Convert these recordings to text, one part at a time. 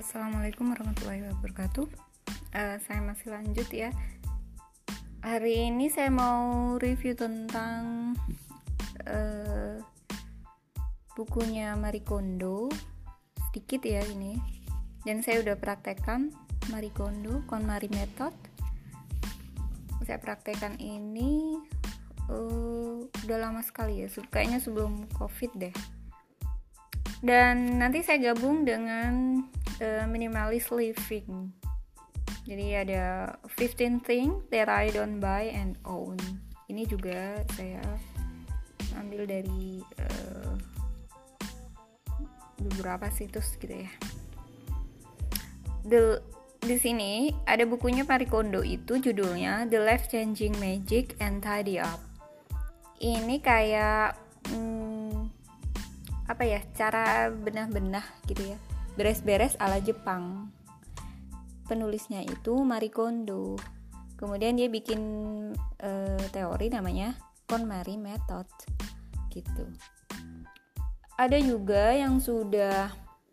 Assalamualaikum warahmatullahi wabarakatuh. Saya masih lanjut ya. Hari ini saya mau review tentang bukunya Marie Kondo, sedikit ya ini. Dan saya udah praktekkan Marie Kondo, KonMari Method. Saya praktekkan ini udah lama sekali ya, kayaknya sebelum COVID deh. Dan nanti saya gabung dengan minimalist living. Jadi ada 15 things that I don't buy and own. Ini juga saya ambil dari beberapa situs gitu ya. Di sini ada bukunya Marie Kondo, itu judulnya The Life Changing Magic and Tidy Up. Ini kayak cara benah-benah gitu ya, beres-beres ala Jepang. Penulisnya itu Marie Kondo. Kemudian dia bikin teori namanya KonMari Method gitu. Ada juga yang sudah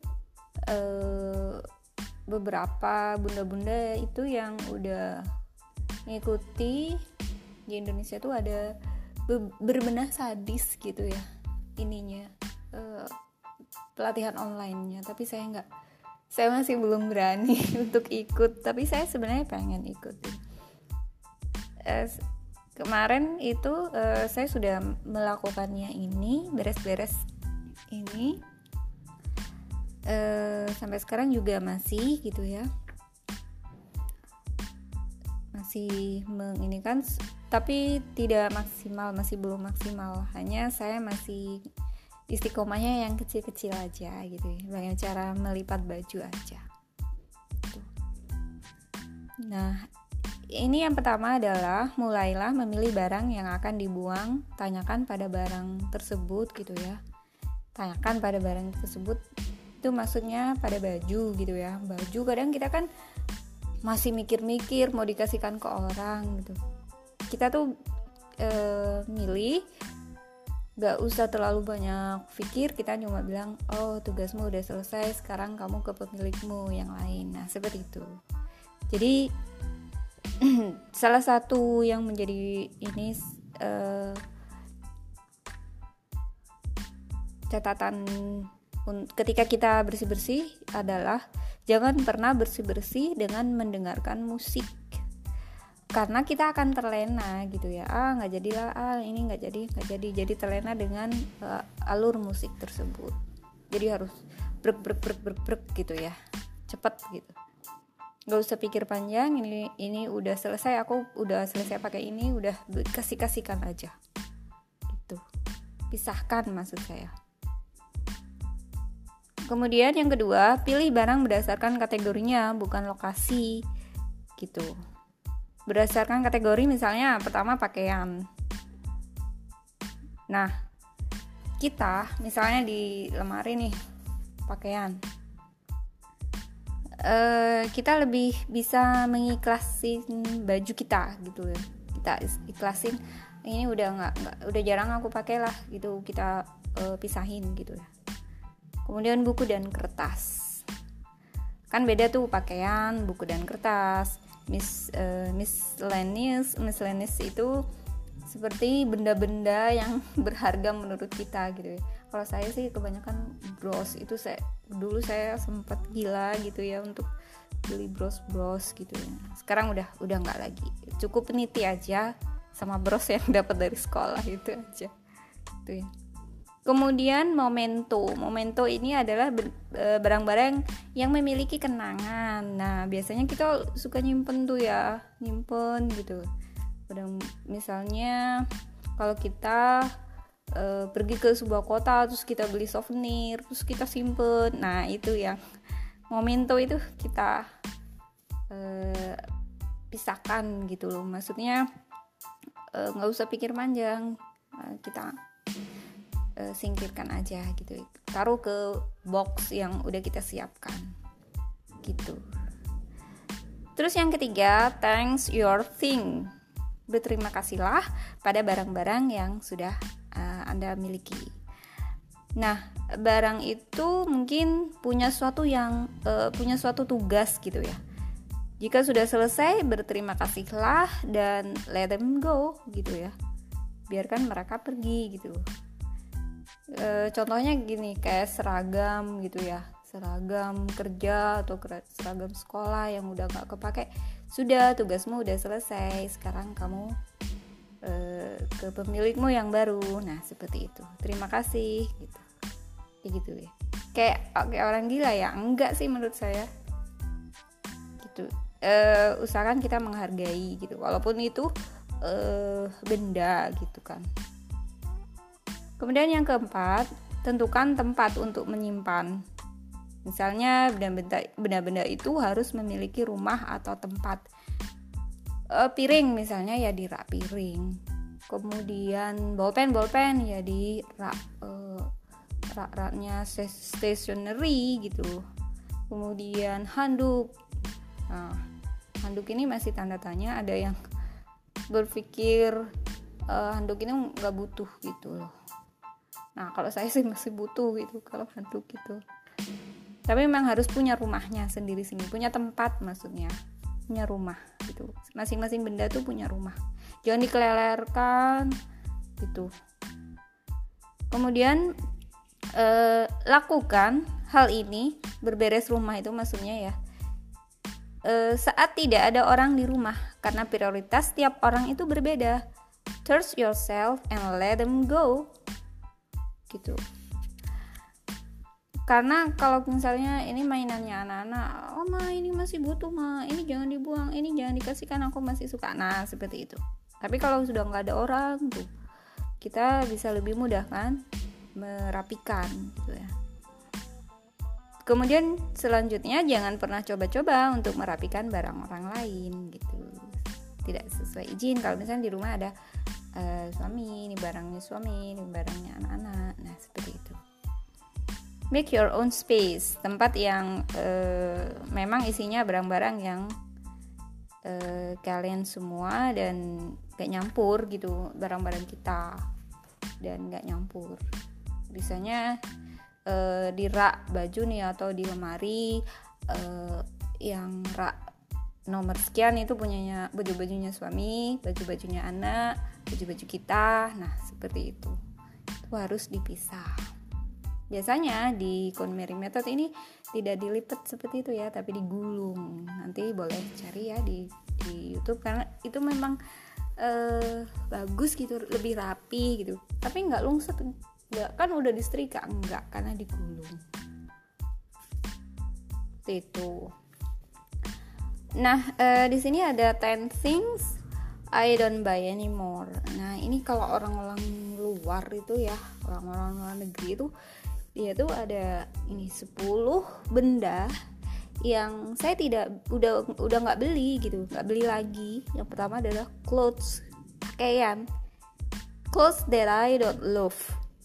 beberapa bunda-bunda itu yang udah ngikuti. Di Indonesia tuh ada berbenah sadis gitu ya ininya, pelatihan online-nya, tapi saya masih belum berani untuk ikut, tapi saya sebenarnya pengen ikutin. Kemarin itu saya sudah melakukannya ini, beres-beres ini, sampai sekarang juga masih gitu ya, masih menginikan, tapi tidak maksimal, masih belum maksimal. Hanya saya masih istiqomahnya yang kecil-kecil aja gitu ya, banyak cara melipat baju aja gitu. Nah, ini yang pertama adalah mulailah memilih barang yang akan dibuang. Tanyakan pada barang tersebut gitu ya, tanyakan pada barang tersebut, itu maksudnya pada baju gitu ya. Baju kadang kita kan masih mikir-mikir mau dikasihkan ke orang gitu. Kita tuh milih, gak usah terlalu banyak pikir, kita cuma bilang, oh tugasmu udah selesai, sekarang kamu ke pemilikmu yang lain. Nah seperti itu. Jadi salah satu yang menjadi ini catatan ketika kita bersih-bersih adalah jangan pernah bersih-bersih dengan mendengarkan musik, karena kita akan terlena gitu ya. Nggak jadilah, ini nggak jadi terlena dengan alur musik tersebut. Jadi harus brek gitu ya, cepet gitu. Nggak usah pikir panjang, ini udah selesai, aku udah selesai pakai ini, udah kasihkan aja gitu. Pisahkan maksud saya. Kemudian yang kedua, pilih barang berdasarkan kategorinya, bukan lokasi gitu. Berdasarkan kategori, misalnya pertama pakaian. Nah, kita misalnya di lemari nih pakaian, kita lebih bisa mengiklasin baju kita gitu ya. Kita ikhlasin, ini udah jarang aku pakai lah gitu, kita pisahin gitu ya. Kemudian buku dan kertas, kan beda tuh pakaian, buku dan kertas. Miscellaneous itu seperti benda-benda yang berharga menurut kita gitu ya. Kalau saya sih kebanyakan bros, itu dulu saya sempat gila gitu ya untuk beli bros gitu ya. Sekarang udah nggak lagi, cukup peniti aja sama bros yang dapat dari sekolah, itu aja gitu ya. Kemudian memento ini adalah barang-barang yang memiliki kenangan. Nah, biasanya kita suka nyimpen gitu. Misalnya kalau kita pergi ke sebuah kota, terus kita beli souvenir, terus kita simpen. Nah, itu yang memento itu kita pisahkan gitu loh. Maksudnya nggak usah pikir panjang, kita singkirkan aja gitu, taruh ke box yang udah kita siapkan gitu. Terus yang ketiga, thanks your thing, berterima kasihlah pada barang-barang yang sudah Anda miliki. Nah, barang itu mungkin punya suatu tugas gitu ya. Jika sudah selesai, berterima kasihlah dan let them go gitu ya. Biarkan mereka pergi gitu. Contohnya gini, kayak seragam gitu ya, seragam kerja atau seragam sekolah yang udah gak kepake, sudah, tugasmu udah selesai, sekarang kamu ke pemilikmu yang baru. Nah, seperti itu, terima kasih gitu, kayak gitu ya. Kayak orang gila ya? Enggak sih menurut saya gitu. Usahakan kita menghargai gitu, walaupun itu benda gitu kan. Kemudian yang keempat, tentukan tempat untuk menyimpan. Misalnya benda-benda itu harus memiliki rumah atau tempat. Piring misalnya ya di rak piring. Kemudian bolpen ya di rak-raknya stationery gitu. Kemudian handuk. Nah, handuk ini masih tanda tanya, ada yang berpikir handuk ini nggak butuh gitu loh. Nah, kalau saya sih masih butuh gitu kalau handuk gitu. Tapi memang harus punya rumahnya sendiri-sendiri, punya tempat maksudnya, punya rumah gitu. Masing-masing benda tuh punya rumah. Jangan dikelelerkan gitu. Kemudian lakukan hal ini, berberes rumah itu maksudnya ya. Saat tidak ada orang di rumah, karena prioritas tiap orang itu berbeda. Trust yourself and let them go. Gitu. Karena kalau misalnya ini mainannya anak-anak, oh ma ini masih butuh ma, ini jangan dibuang, ini jangan dikasihkan, aku masih suka. Nah, seperti itu. Tapi kalau sudah nggak ada orang tuh, kita bisa lebih mudah kan merapikan gitu ya. Kemudian selanjutnya jangan pernah coba-coba untuk merapikan barang orang lain gitu. Tidak sesuai izin. Kalau misalnya di rumah ada suami, ini barangnya suami, ini barangnya anak-anak. Nah, seperti itu. Make your own space, tempat yang memang isinya barang-barang yang kalian semua dan gak nyampur gitu, barang-barang kita dan gak nyampur. Biasanya di rak baju nih atau di lemari yang rak nomor sekian itu punyanya baju-bajunya suami, baju-bajunya anak, baju-baju kita. Nah, seperti itu harus dipisah. Biasanya di KonMari method ini tidak dilipat seperti itu ya, tapi digulung. Nanti boleh cari ya di YouTube, karena itu memang bagus gitu, lebih rapi gitu. Tapi nggak lungset, nggak kan udah disetrika, enggak, karena digulung. Itu. Nah, di sini ada 10 things I don't buy anymore. Nah, ini kalau orang-orang luar itu ya, orang-orang luar negeri itu, dia tuh ada ini 10 benda yang saya udah nggak beli gitu, nggak beli lagi. Yang pertama adalah clothes, pakaian. Clothes that I don't love.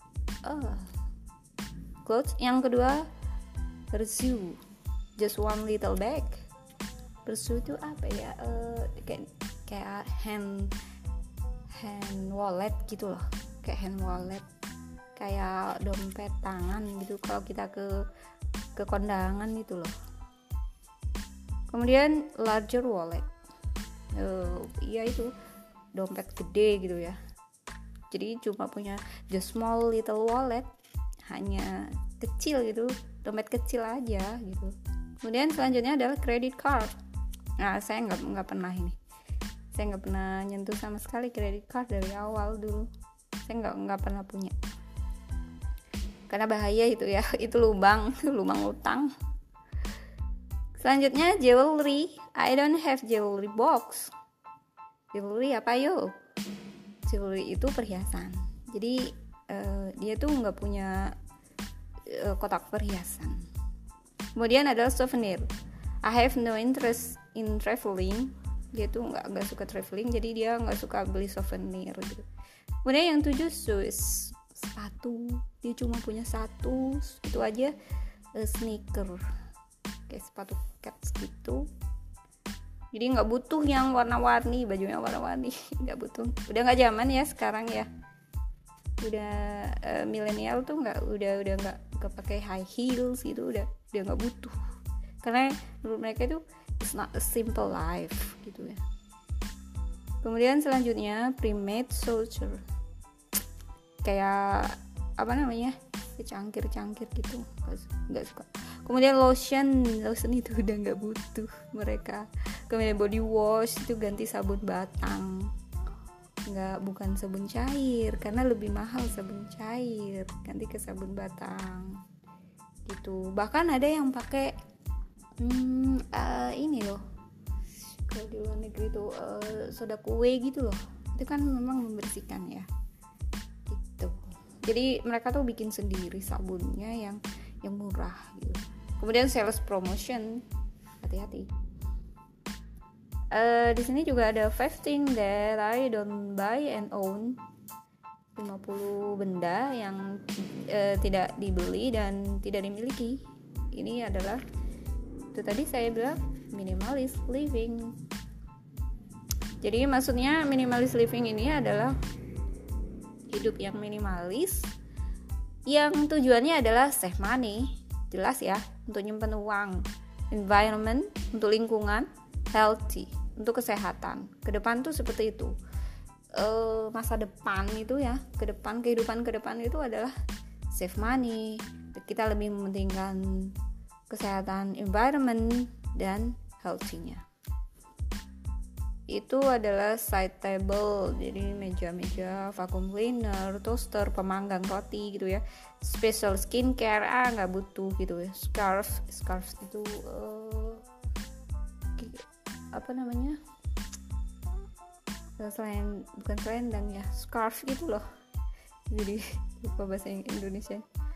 Clothes. Yang kedua, purse, just one little bag. Purse itu apa ya? Kayak hand wallet gitu loh, kayak hand wallet, kayak dompet tangan gitu kalau kita ke kondangan gitu loh. Kemudian larger wallet, iya itu dompet gede gitu ya. Jadi cuma punya just small little wallet, hanya kecil gitu, dompet kecil aja gitu. Kemudian selanjutnya adalah credit card. Nah, saya nggak pernah ini. Saya nggak pernah nyentuh sama sekali credit card dari awal dulu. Saya nggak pernah punya. Karena bahaya itu ya, itu lubang utang. Selanjutnya jewelry. I don't have jewelry box. Jewelry apa yo? Jewelry itu perhiasan. Jadi dia tuh nggak punya kotak perhiasan. Kemudian adalah souvenir. I have no interest in traveling. Dia tuh nggak suka traveling, jadi dia nggak suka beli souvenir gitu. Kemudian yang 7, shoes, sepatu. Dia cuma punya satu, itu aja. Sneaker, kayak sepatu cats gitu. Jadi nggak butuh yang warna-warni, bajunya warna-warni, nggak butuh. Udah nggak zaman ya sekarang ya. milenial tuh udah nggak pakai high heels gitu, udah nggak butuh, karena menurut mereka itu it's not a simple life gitu ya. Kemudian selanjutnya primate soldier, kayak apa namanya, cangkir gitu, nggak suka. Kemudian lotion itu udah nggak butuh mereka. Kemudian body wash itu ganti sabun batang, bukan sabun cair, karena lebih mahal sabun cair, ganti ke sabun batang gitu. Bahkan ada yang pakai ini loh, kalau di luar negeri tuh soda kue gitu loh, itu kan memang membersihkan ya gitu. Jadi mereka tuh bikin sendiri sabunnya yang murah gitu. Kemudian sales promotion, hati-hati. Di sini juga ada 5 things that I don't buy and own, 50 benda yang tidak dibeli dan tidak dimiliki. Ini adalah itu tadi saya bilang minimalist living. Jadi maksudnya minimalist living ini adalah hidup yang minimalis, yang tujuannya adalah save money, jelas ya, untuk nyimpen uang, environment, untuk lingkungan, healthy, untuk kesehatan. Ke depan tuh seperti itu. Masa depan itu ya, kehidupan ke depan itu adalah save money. Kita lebih mementingkan kesehatan, environment, dan healthy-nya. Itu adalah side table, jadi meja-meja, vacuum cleaner, toaster, pemanggang roti gitu ya. Special skincare, nggak butuh gitu ya. Scarf itu apa namanya? Bukan selendang ya, scarf gitu loh. Jadi lupa bahasa Indonesia.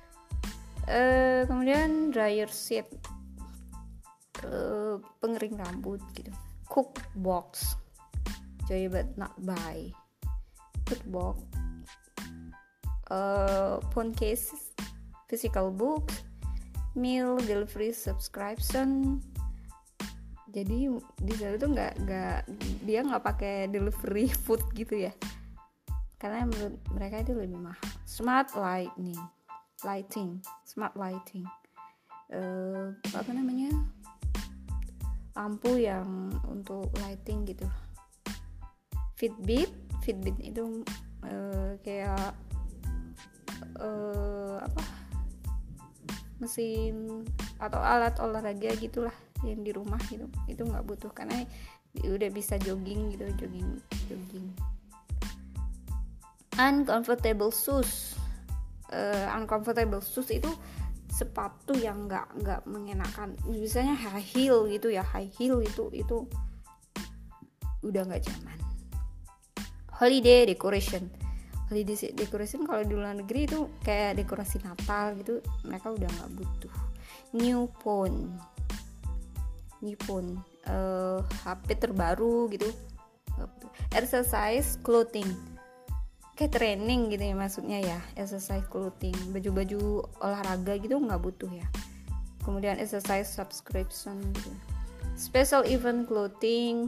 Kemudian dryer sheet, pengering rambut gitu. Cook box, joy but not buy. Cook box, phone case, physical book, meal delivery subscription. Jadi di sana tuh dia nggak pakai delivery food gitu ya, karena menurut mereka itu lebih mahal. Smart lighting, apa namanya, lampu yang untuk lighting gitu. Fitbit itu kayak mesin atau alat olahraga gitulah yang di rumah gitu. Itu nggak butuh karena udah bisa jogging. Uncomfortable shoes itu sepatu yang nggak mengenakan. Biasanya high heel gitu ya. High heel itu udah nggak zaman. Holiday decoration kalau di luar negeri itu kayak dekorasi Natal gitu, mereka udah nggak butuh. New phone, HP terbaru gitu. Exercise clothing, kayak training gitu ya maksudnya ya. Exercise clothing, baju-baju olahraga gitu nggak butuh ya. Kemudian exercise subscription gitu. Special event clothing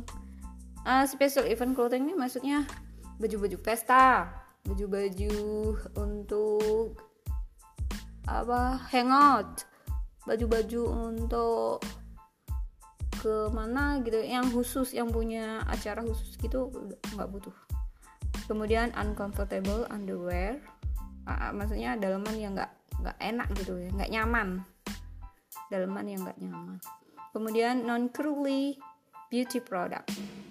ini maksudnya baju-baju pesta, baju-baju untuk hangout, baju-baju untuk kemana gitu, yang khusus, yang punya acara khusus gitu nggak butuh. Kemudian uncomfortable underwear, maksudnya daleman yang nggak enak gitu ya, nggak nyaman, daleman yang nggak nyaman. Kemudian non curly beauty product,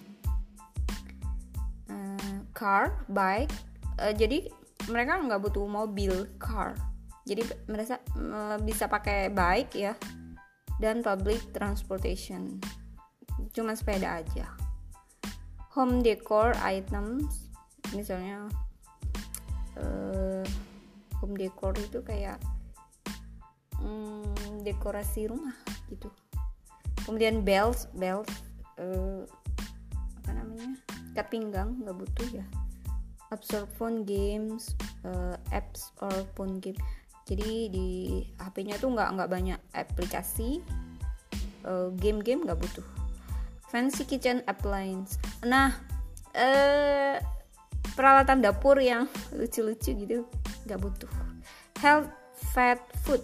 car, bike, jadi mereka nggak butuh mobil, car, jadi mereka bisa pakai bike ya, dan public transportation, cuma sepeda aja. Home decor items, misalnya home decor itu kayak dekorasi rumah gitu. Kemudian belt apa namanya, ikat pinggang, nggak butuh ya. Absorb phone games, apps or phone game, jadi di HP-nya tuh nggak banyak aplikasi, game nggak butuh. Fancy kitchen appliance, nah peralatan dapur yang lucu-lucu gitu nggak butuh. Health fat food,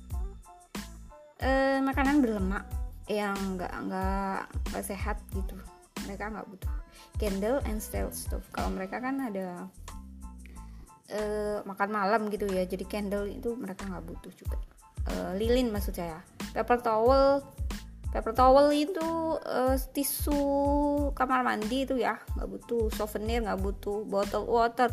makanan berlemak yang nggak sehat gitu, mereka nggak butuh. Candle and stove, kalau mereka kan ada makan malam gitu ya, jadi candle itu mereka nggak butuh juga. Lilin maksud saya. Paper towel itu tisu kamar mandi itu ya nggak butuh. Souvenir nggak butuh. Bottle water,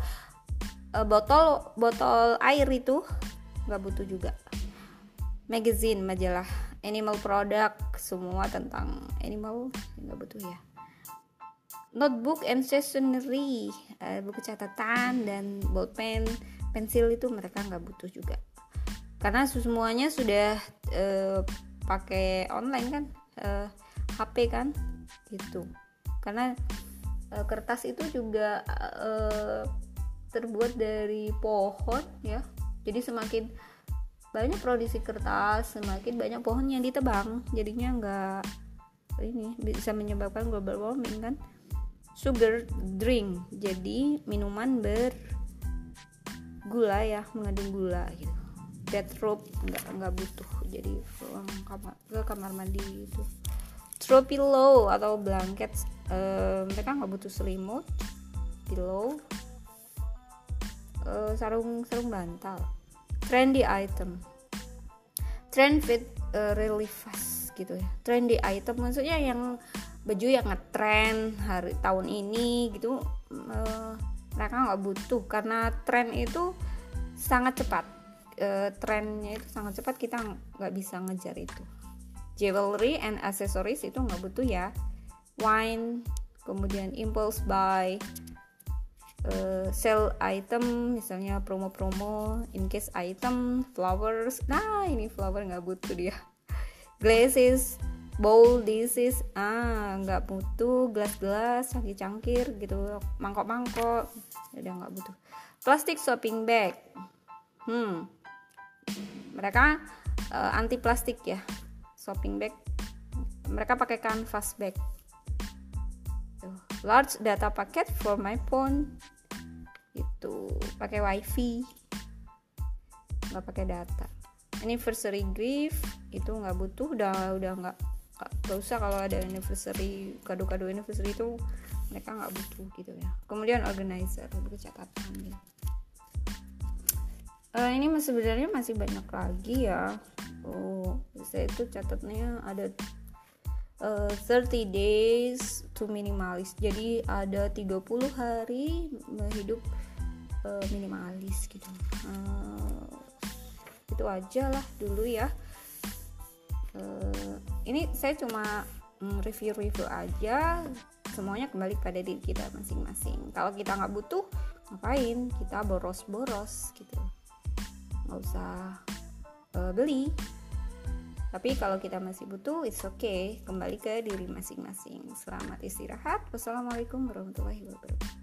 botol air itu nggak butuh juga. Magazine, majalah. Animal product, semua tentang animal nggak butuh ya. Notebook and stationery, buku catatan dan bolpen, pensil itu mereka nggak butuh juga, karena semuanya sudah pakai online kan, HP kan gitu. Karena kertas itu juga terbuat dari pohon ya, jadi semakin banyak produksi kertas, semakin banyak pohon yang ditebang, jadinya nggak, ini bisa menyebabkan global warming kan. Sugar drink, jadi minuman bergula ya, mengandung gula gitu. Bathrobe nggak butuh, jadi ke kamar mandi itu. Throw pillow atau blanket, mereka nggak butuh. Selimut, pillow, sarung bantal. Trendy item, trend fit really fast gitu ya. Trendy item maksudnya yang baju yang ngetrend hari tahun ini gitu, mereka nggak butuh karena tren itu sangat cepat. Trennya itu sangat cepat, kita nggak bisa ngejar itu. Jewelry and accessories itu nggak butuh ya. Wine, kemudian impulse buy, sale item, misalnya promo-promo, in case item, flowers, nah ini flower nggak butuh dia. Glasses, bowl, dishes, nggak butuh. Gelas-gelas, cangkir-cangkir gitu, mangkok-mangkok, udah nggak butuh. Plastic shopping bag, mereka anti plastik ya. Shopping bag mereka pakai canvas bag. Large data packet for my phone, itu pakai wifi, nggak pakai data. Anniversary gift itu nggak butuh, udah nggak usah. Kalau ada anniversary, kado-kado anniversary itu mereka nggak butuh gitu ya. Kemudian organizer, buku catatan gitu. Ini sebenarnya masih banyak lagi ya. Saya itu catatnya ada 30 days to minimalis. Jadi ada 30 hari hidup minimalis gitu. Itu aja lah dulu ya. Ini saya cuma review aja. Semuanya kembali pada diri kita masing-masing. Kalau kita nggak butuh, ngapain kita boros-boros gitu. Nggak usah beli. Tapi kalau kita masih butuh, it's okay. Kembali ke diri masing-masing. Selamat istirahat. Wassalamualaikum warahmatullahi wabarakatuh.